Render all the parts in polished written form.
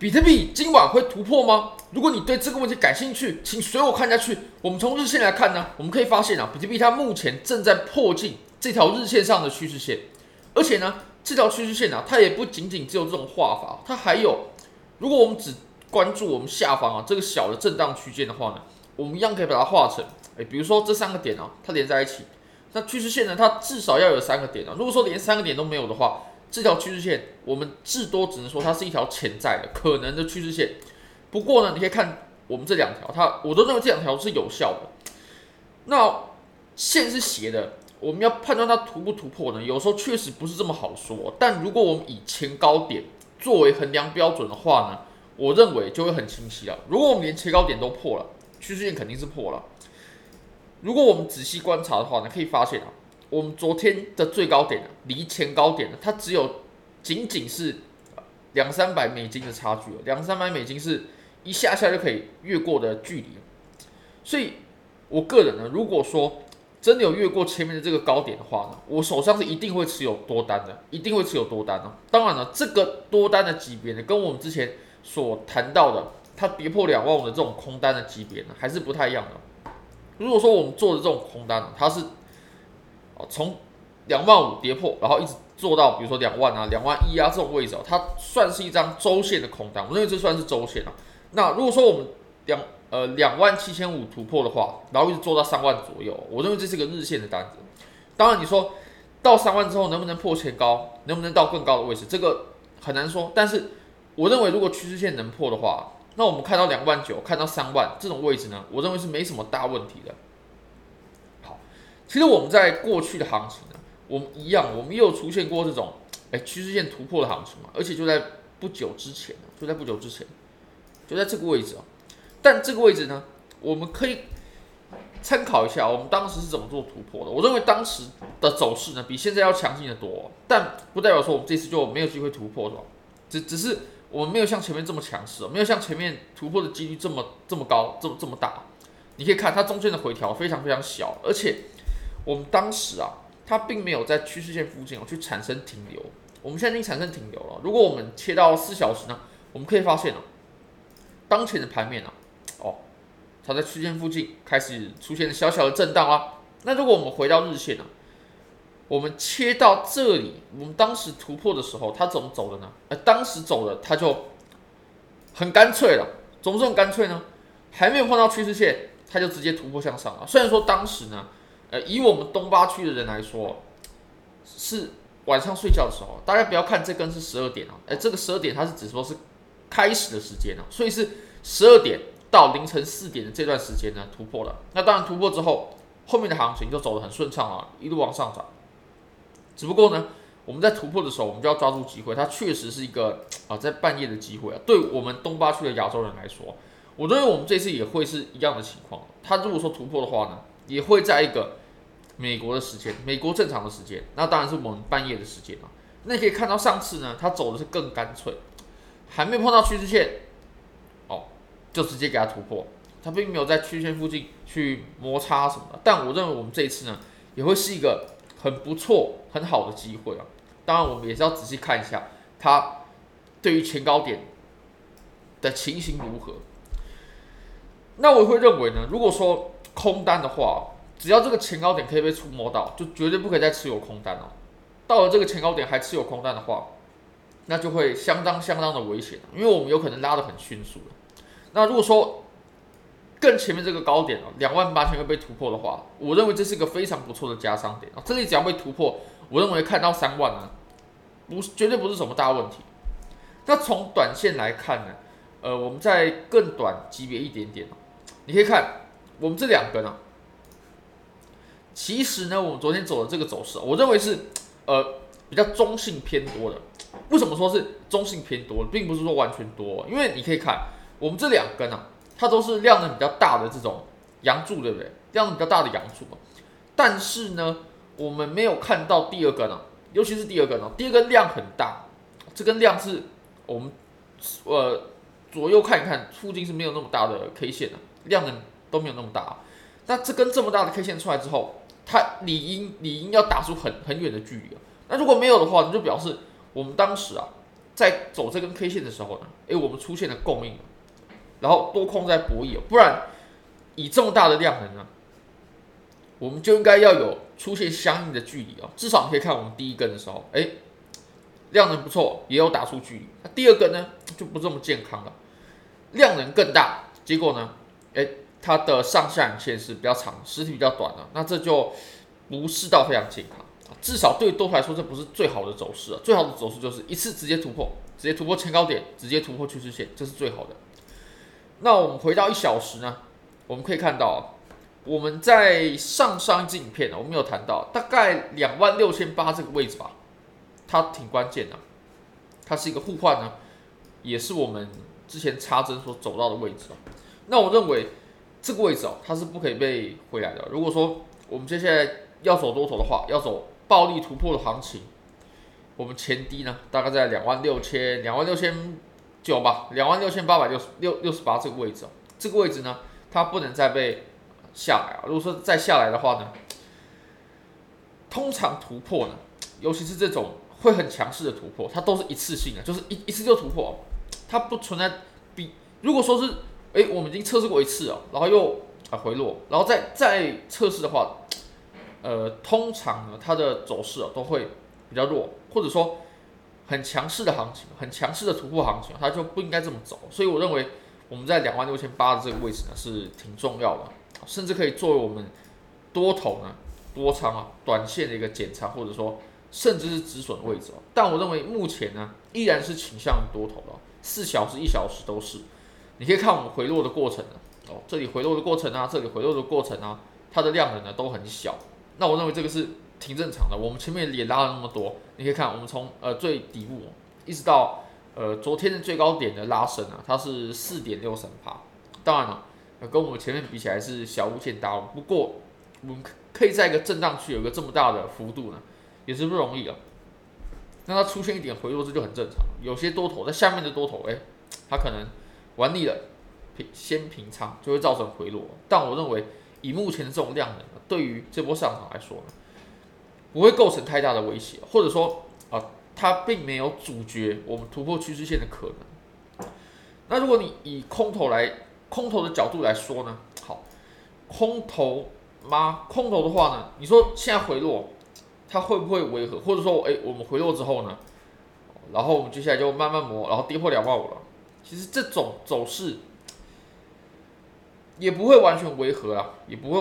比特币今晚会突破吗？如果你对这个问题感兴趣，请随我看下去。我们从日线来看呢，我们可以发现比特币它目前正在迫近这条日线上的趋势线，而且呢，这条趋势线它也不仅仅只有这种画法，它还有，如果我们只关注我们下方这个小的震荡区间的话呢，我们一样可以把它画成，比如说这3个点它连在一起，那趋势线呢，它至少要有3个点如果说连3个点都没有的话，这条趋势线，我们至多只能说它是一条潜在的可能的趋势线。不过呢，你可以看我们这2条，我都认为这2条是有效的。那线是斜的，我们要判断它突不突破呢，有时候确实不是这么好说。但如果我们以前高点作为衡量标准的话呢，我认为就会很清晰了。如果我们连前高点都破了，趋势线肯定是破了。如果我们仔细观察的话呢，可以发现我们昨天的最高点离前高点它只有仅仅是$200-300的差距，$200-300是一下下就可以越过的距离。所以，我个人呢，如果说真的有越过前面的这个高点的话呢，我手上是一定会持有多单的，一定会持有多单的。当然了，这个多单的级别呢，跟我们之前所谈到的它跌破2万5的这种空单的级别呢，还是不太一样的。如果说我们做的这种空单它是从2万5跌破，然后一直做到比如说2万2万1这种位置它算是一张周线的空单，我认为这算是周线那如果说我们27500突破的话，然后一直做到3万左右，我认为这是个日线的单子。当然你说到3万之后能不能破前高，能不能到更高的位置，这个很难说。但是我认为如果趋势线能破的话，那我们看到2万9，看到3万这种位置呢，我认为是没什么大问题的。好，其实我们在过去的行情呢，我们也有出现过这种趋势线突破的行情而且就在不久之前，就在这个位置但这个位置呢，我们可以参考一下我们当时是怎么做突破的。我认为当时的走势呢，比现在要强劲的多但不代表说我们这次就没有机会突破只是我们没有像前面这么强势没有像前面突破的几率这么高，这么大。你可以看它中间的回调非常非常小，而且我们当时它并没有在趋势线附近去产生停留。我们现在已经产生停留了。如果我们切到4小时呢，我们可以发现当前的盘面它在区间附近开始出现小小的震荡啦。那如果我们回到日线我们切到这里，我们当时突破的时候，它怎么走的呢？当时走的它就很干脆了。怎么说很干脆呢？还没有碰到趋势线，它就直接突破向上了。虽然说当时呢，以我们东八区的人来说，是晚上睡觉的时候，大家不要看这根是12点这个12点它是指说是开始的时间所以是12点到凌晨4点的这段时间呢突破了。那当然突破之后，后面的行情就走得很顺畅一路往上涨。只不过呢，我们在突破的时候，我们就要抓住机会。它确实是一个在半夜的机会对我们东八区的亚洲人来说，我认为我们这次也会是一样的情况。它如果说突破的话呢，也会在一个美国的时间，美国正常的时间，那当然是我们半夜的时间那你可以看到上次呢，它走的是更干脆，还没碰到趋势线就直接给它突破，它并没有在趋势线附近去摩擦什么的。但我认为我们这一次呢，也会是一个很不错、很好的机会当然，我们也是要仔细看一下它对于前高点的情形如何。那我会认为呢，如果说空单的话，只要这个前高点可以被触摸到，就绝对不可以再持有空单到了这个前高点还持有空单的话，那就会相当的危险因为我们有可能拉得很迅速那如果说更前面这个高点28000会被突破的话，我认为这是一个非常不错的加仓点这里只要被突破，我认为看到3万绝对不是什么大问题。那从短线来看呢，我们再更短级别一点点你可以看我们这2根其实呢，我们昨天走的这个走势，我认为是比较中性偏多的。为什么说是中性偏多，并不是说完全多因为你可以看我们这2根它都是量能比较大的这种阳柱，对不对？量能比较大的阳柱但是呢，我们没有看到第2根尤其是第2根第2根量很大，这根量是我们左右看一看，附近是没有那么大的 K 线量能都没有那么大那这根这么大的 K 线出来之后，它理应要打出很远的距离那如果没有的话，就表示我们当时在走这根 K 线的时候呢，我们出现了供应，然后多空在博弈，不然以这么大的量能呢，我们就应该要有出现相应的距离至少你可以看我们第一根的时候，量能不错，也有打出距离。那第二根呢就不这么健康了，量能更大，结果呢，它的上下影线是比较长，实体比较短的，那这就不是到非常健康。至少对多头来说，这不是最好的走势最好的走势就是一次直接突破，直接突破前高点，直接突破趋势线，这是最好的。那我们回到1小时呢，我们可以看到我们在上一支影片我们有谈到，大概26800这个位置吧，它挺关键的，它是一个互换呢，也是我们之前插针所走到的位置那我认为这个位置它是不可以被回来的。如果说我们接下来要走多头的话，要走暴力突破的行情，我们前低呢大概在26000、26900吧，26868这个位置这个位置呢，它不能再被下来如果说再下来的话呢，通常突破呢，尤其是这种会很强势的突破，它都是一次性的，就是一次就突破它不存在如果说是我们已经测试过一次然后又回落，然后再测试的话，通常呢它的走势都会比较弱，或者说很强势的行情，很强势的突破行情，它就不应该这么走。所以我认为我们在26800的这个位置呢是挺重要的，甚至可以作为我们多头呢多仓短线的一个减仓，或者说甚至是止损的位置但我认为目前呢依然是倾向于多头的，4小时、1小时都是。你可以看我们回落的过程这里回落的过程这里回落的过程它的量能呢都很小。那我认为这个是挺正常的。我们前面也拉了那么多，你可以看我们从最底部一直到昨天的最高点的拉升它是4.63%。当然了，跟我们前面比起来是小巫见大巫，不过我们可以在一个震荡区有一个这么大的幅度呢，也是不容易那它出现一点回落，这就很正常。有些多头在下面的多头，它可能玩腻了，先平仓就会造成回落。但我认为以目前的这种量能，对于这波上涨来说呢，不会构成太大的威胁，或者说它并没有阻绝我们突破趋势线的可能。那如果你以空头的角度来说呢，好，空头的话呢，你说现在回落，它会不会违和？或者说，我们回落之后呢，然后我们接下来就慢慢磨，然后跌破25000了。其实这種走势也不会完全违和啦，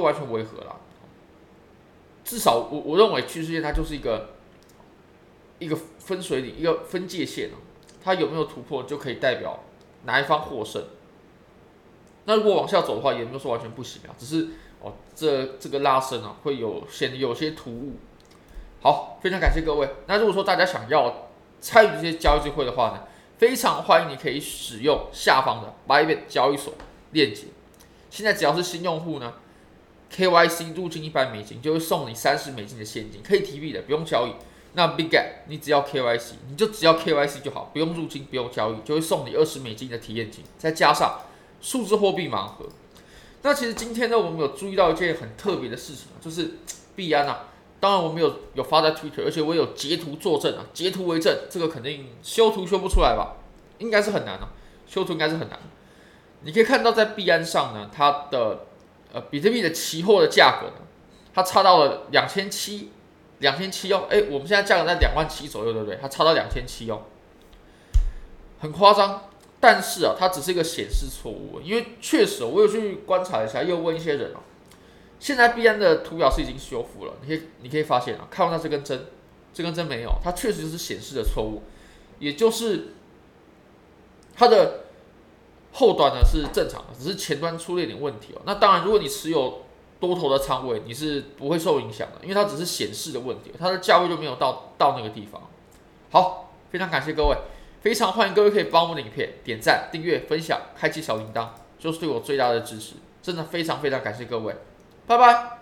至少我认为趋势线它就是一个分水岭，一个分界线它有没有突破就可以代表哪一方获胜。那如果往下走的话，也没有说完全不行只是这个拉升会显得有些突兀。好，非常感谢各位。那如果说大家想要参与这些交易机会的话呢，非常欢迎你可以使用下方的 Bybit 交易所链接。现在只要是新用户呢 ，KYC 入金$100就会送你$30的现金，可以提币的，不用交易。那 Bitget 你只要 KYC， 你就只要 KYC 就好，不用入金，不用交易，就会送你$20的体验金，再加上数字货币盲盒。那其实今天呢，我们有注意到一件很特别的事情就是币安当然我们有发在 Twitter， 而且我有截图作证截图为证，这个肯定修图修不出来吧？应该是很难修图应该是很难。你可以看到在币安上呢，它的比特币的期货的价格呢，它差到了2700我们现在价格在27000左右，对不对？它差到2700很夸张。但是它只是一个显示错误，因为确实我有去观察一下，又问一些人现在币安的图表是已经修复了，你可以发现看到这根针没有，它确实就是显示的错误，也就是它的后端呢是正常的，只是前端出了一点问题那当然，如果你持有多头的仓位，你是不会受影响的，因为它只是显示的问题，它的价位就没有到那个地方。好，非常感谢各位，非常欢迎各位可以帮我们的影片点赞、订阅、分享、开启小铃铛，就是对我最大的支持。真的非常非常感谢各位，拜拜。